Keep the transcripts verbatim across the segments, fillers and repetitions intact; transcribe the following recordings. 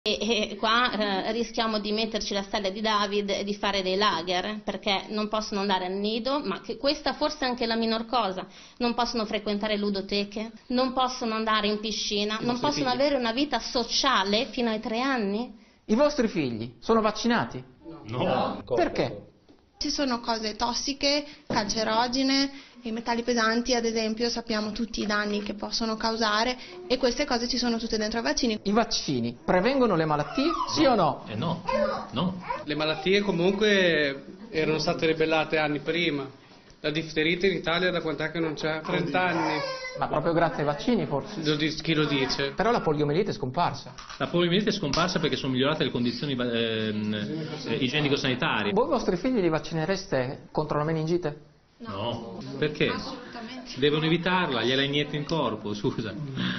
E, e qua eh, rischiamo di metterci la stella di David e di fare dei lager, perché non possono andare al nido, ma che questa forse è anche la minor cosa, non possono frequentare ludoteche, non possono andare in piscina, non possono figli. avere una vita sociale fino ai tre anni. I vostri figli sono vaccinati? No. No. Perché? Ci sono cose tossiche, cancerogene, i metalli pesanti ad esempio, sappiamo tutti i danni che possono causare e queste cose ci sono tutte dentro i vaccini. I vaccini prevengono le malattie, sì o no? Eh no, no. Le malattie comunque erano state ribellate anni prima. La difterite in Italia da quant'è che non c'è? trenta anni. Ma proprio grazie ai vaccini forse? Lo dice- chi lo dice? Però la poliomielite è scomparsa. La poliomielite è scomparsa perché sono migliorate le condizioni ehm, eh, igienico-sanitarie. Voi i vostri figli li vaccinereste contro la meningite? No. Perché? Devono evitarla, gliela inietti in corpo, scusa.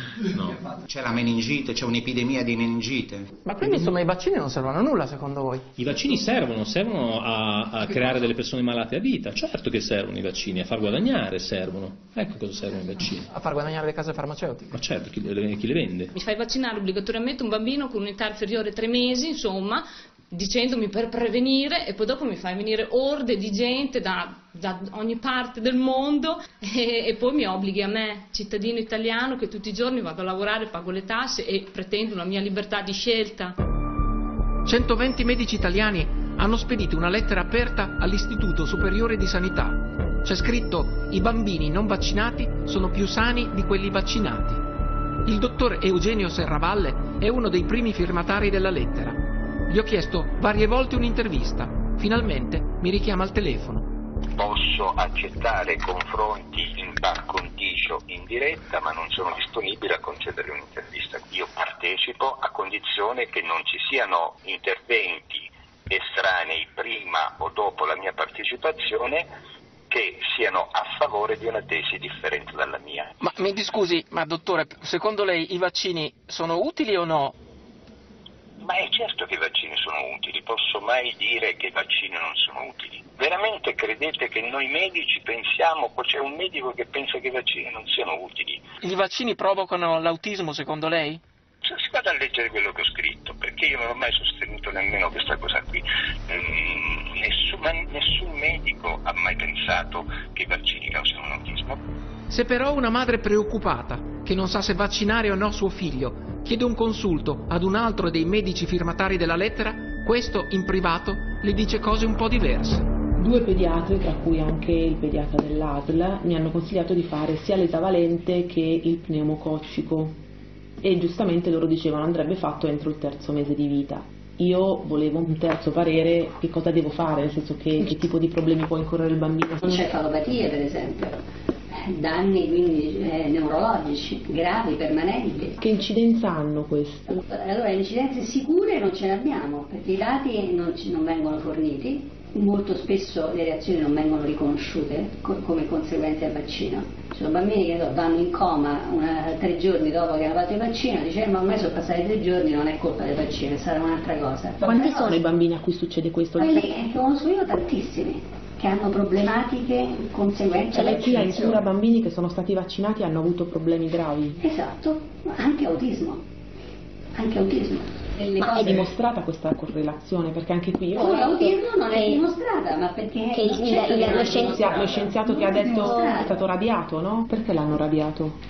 No. C'è la meningite, c'è un'epidemia di meningite. Ma quindi insomma i vaccini non servono a nulla secondo voi? I vaccini servono, servono a, a creare delle persone malate a vita. Certo che servono i vaccini, a far guadagnare servono. Ecco cosa servono i vaccini. A far guadagnare le case farmaceutiche? Ma certo, chi le, chi le vende? Mi fai vaccinare obbligatoriamente un bambino con un'età inferiore a tre mesi, insomma, dicendomi per prevenire, e poi dopo mi fai venire orde di gente da, da ogni parte del mondo e, e poi mi obblighi a me, cittadino italiano, che tutti i giorni vado a lavorare, pago le tasse e pretendo una mia libertà di scelta. centoventi medici italiani hanno spedito una lettera aperta all'Istituto Superiore di Sanità. C'è scritto: i bambini non vaccinati sono più sani di quelli vaccinati. Il dottor Eugenio Serravalle è uno dei primi firmatari della lettera. Gli ho chiesto varie volte un'intervista. Finalmente mi richiama al telefono. Posso accettare confronti in par condicio in diretta, ma non sono disponibile a concedere un'intervista. Io partecipo a condizione che non ci siano interventi estranei prima o dopo la mia partecipazione che siano a favore di una tesi differente dalla mia. Ma mi scusi, ma dottore, secondo lei i vaccini sono utili o no? Ma è certo che i vaccini sono utili, posso mai dire che i vaccini non sono utili? Veramente credete che noi medici pensiamo, c'è un medico che pensa che i vaccini non siano utili? I vaccini provocano l'autismo secondo lei? Se si vada a leggere quello che ho scritto, perché io non ho mai sostenuto nemmeno questa cosa qui. Mm, nessun, ma nessun medico ha mai pensato che i vaccini causano l'autismo. Se però una madre preoccupata, che non sa se vaccinare o no suo figlio, chiede un consulto ad un altro dei medici firmatari della lettera, questo in privato le dice cose un po' diverse. Due pediatri, tra cui anche il pediatra dell'A S L, mi hanno consigliato di fare sia l'esavalente che il pneumococcico e giustamente loro dicevano andrebbe fatto entro il terzo mese di vita. Io volevo un terzo parere, che cosa devo fare, nel senso che, che tipo di problemi può incorrere il bambino. Encefalopatie per esempio. Danni quindi eh, neurologici gravi, permanenti. Che incidenza hanno questo? Allora, incidenze sicure non ce ne abbiamo, perché i dati non, ci, non vengono forniti, molto spesso le reazioni non vengono riconosciute co come conseguenze al vaccino. Ci sono bambini che vanno in coma una, tre giorni dopo che hanno fatto il vaccino, dicono ma ormai sono passati tre giorni, non è colpa del vaccino, sarà un'altra cosa. Quanti sono cosa? I bambini a cui succede questo? Quelli che conosco io tantissimi, che hanno problematiche conseguenti. Cioè lei qui ha in cura bambini che sono stati vaccinati e hanno avuto problemi gravi? Esatto, anche autismo, anche autismo. Ma cose... è dimostrata questa correlazione? Perché anche qui... No, l'autismo non è dimostrata, ma perché... Che il, il, il, il, lo, scienziato, lo scienziato che ha detto è stato radiato, no? Perché l'hanno radiato?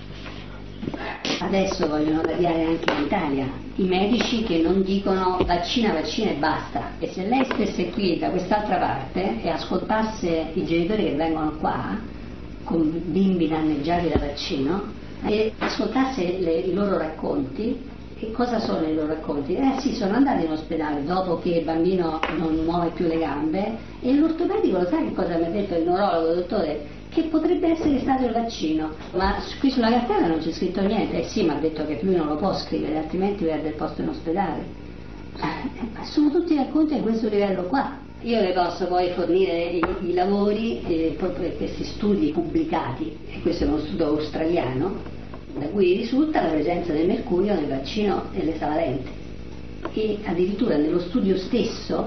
Adesso vogliono radiare anche in Italia i medici che non dicono vaccina, vaccina e basta. E se lei stesse qui da quest'altra parte e ascoltasse i genitori che vengono qua con bimbi danneggiati da vaccino e ascoltasse le, i loro racconti, che cosa sono i loro racconti? Eh sì, sono andati in ospedale dopo che il bambino non muove più le gambe e l'ortopedico lo sa che cosa mi ha detto il neurologo, dottore? Che potrebbe essere stato il vaccino, ma qui sulla cartella non c'è scritto niente. Eh sì, ma ha detto che lui non lo può scrivere, altrimenti perde il posto in ospedale. Eh, sono tutti racconti a questo livello qua. Io le posso poi fornire i, i lavori, eh, proprio questi studi pubblicati, e questo è uno studio australiano, da cui risulta la presenza del mercurio nel vaccino e l'esavalente. E addirittura nello studio stesso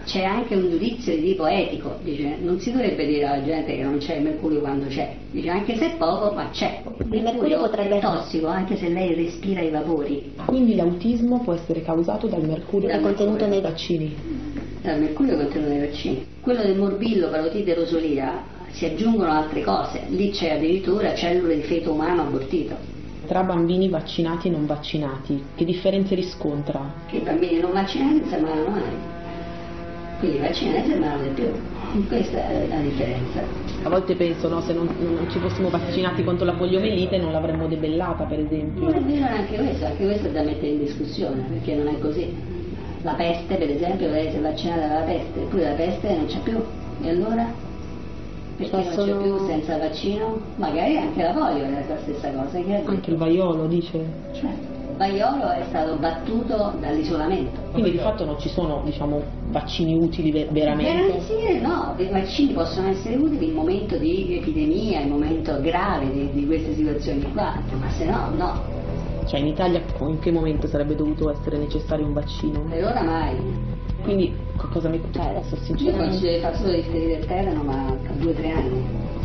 c'è anche un giudizio di tipo etico, dice non si dovrebbe dire alla gente che non c'è il mercurio quando c'è, dice anche se è poco ma c'è. Il mercurio potrebbe essere tossico anche se lei respira i vapori. Quindi l'autismo può essere causato dal mercurio dal contenuto nei vaccini? Dal mercurio contenuto nei vaccini. Quello del morbillo, parotite e rosolia, si aggiungono altre cose, lì c'è addirittura cellule di feto umano abortito. Tra bambini vaccinati e non vaccinati, che differenze riscontra? Che i bambini non vaccinati sembrano male. Quindi i vaccinati sembrano di più, questa è la differenza. A volte penso, no, se non, non ci fossimo vaccinati contro la poliomielite non l'avremmo debellata, per esempio. Non è vero neanche questo, anche questo è da mettere in discussione, perché non è così. La peste, per esempio, lei si è vaccinata dalla peste, eppure la peste non c'è più, e allora? Perché non c'è più senza vaccino? Magari anche la polio è la stessa cosa. Che anche il vaiolo, dice? Cioè, il vaiolo è stato battuto dall'isolamento. Quindi di fatto non ci sono, diciamo, vaccini utili ver- veramente? Sì, no, i vaccini possono essere utili in momento di epidemia, in momento grave di, di queste situazioni qua, ma se no, no. Cioè in Italia in che momento sarebbe dovuto essere necessario un vaccino? Per ora mai. Quindi cosa mi... Cioè adesso sinceramente... Io consiglio di fare solo difterite del terreno, ma a due o tre anni.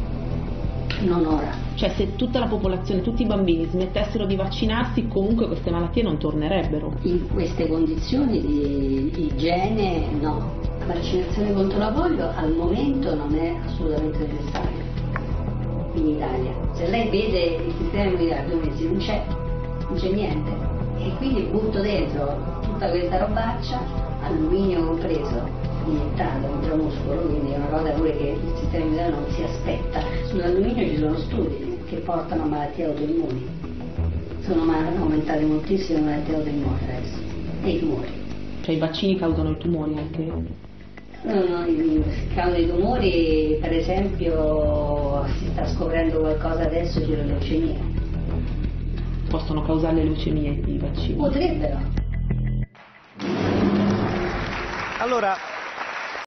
Non ora. Cioè se tutta la popolazione, tutti i bambini smettessero di vaccinarsi, comunque queste malattie non tornerebbero. In queste condizioni di igiene no. La vaccinazione contro la polio al momento non è assolutamente necessaria in Italia. Se lei vede il sistema immunitario due mesi non c'è, non c'è niente. E quindi butto dentro tutta questa robaccia, alluminio compreso, iniettato, intramuscolo, quindi è una cosa pure che il sistema immunitario non si aspetta. Sull'alluminio ci sono studi che portano a malattie autoimmuni. Sono aumentate moltissimo le malattie autoimmuni adesso. E i tumori. Cioè i vaccini causano i tumori anche? No, no, causano i tumori, per esempio si sta scoprendo qualcosa adesso sulle leucemie. Possono causare le leucemie i vaccini? Potrebbero. Allora,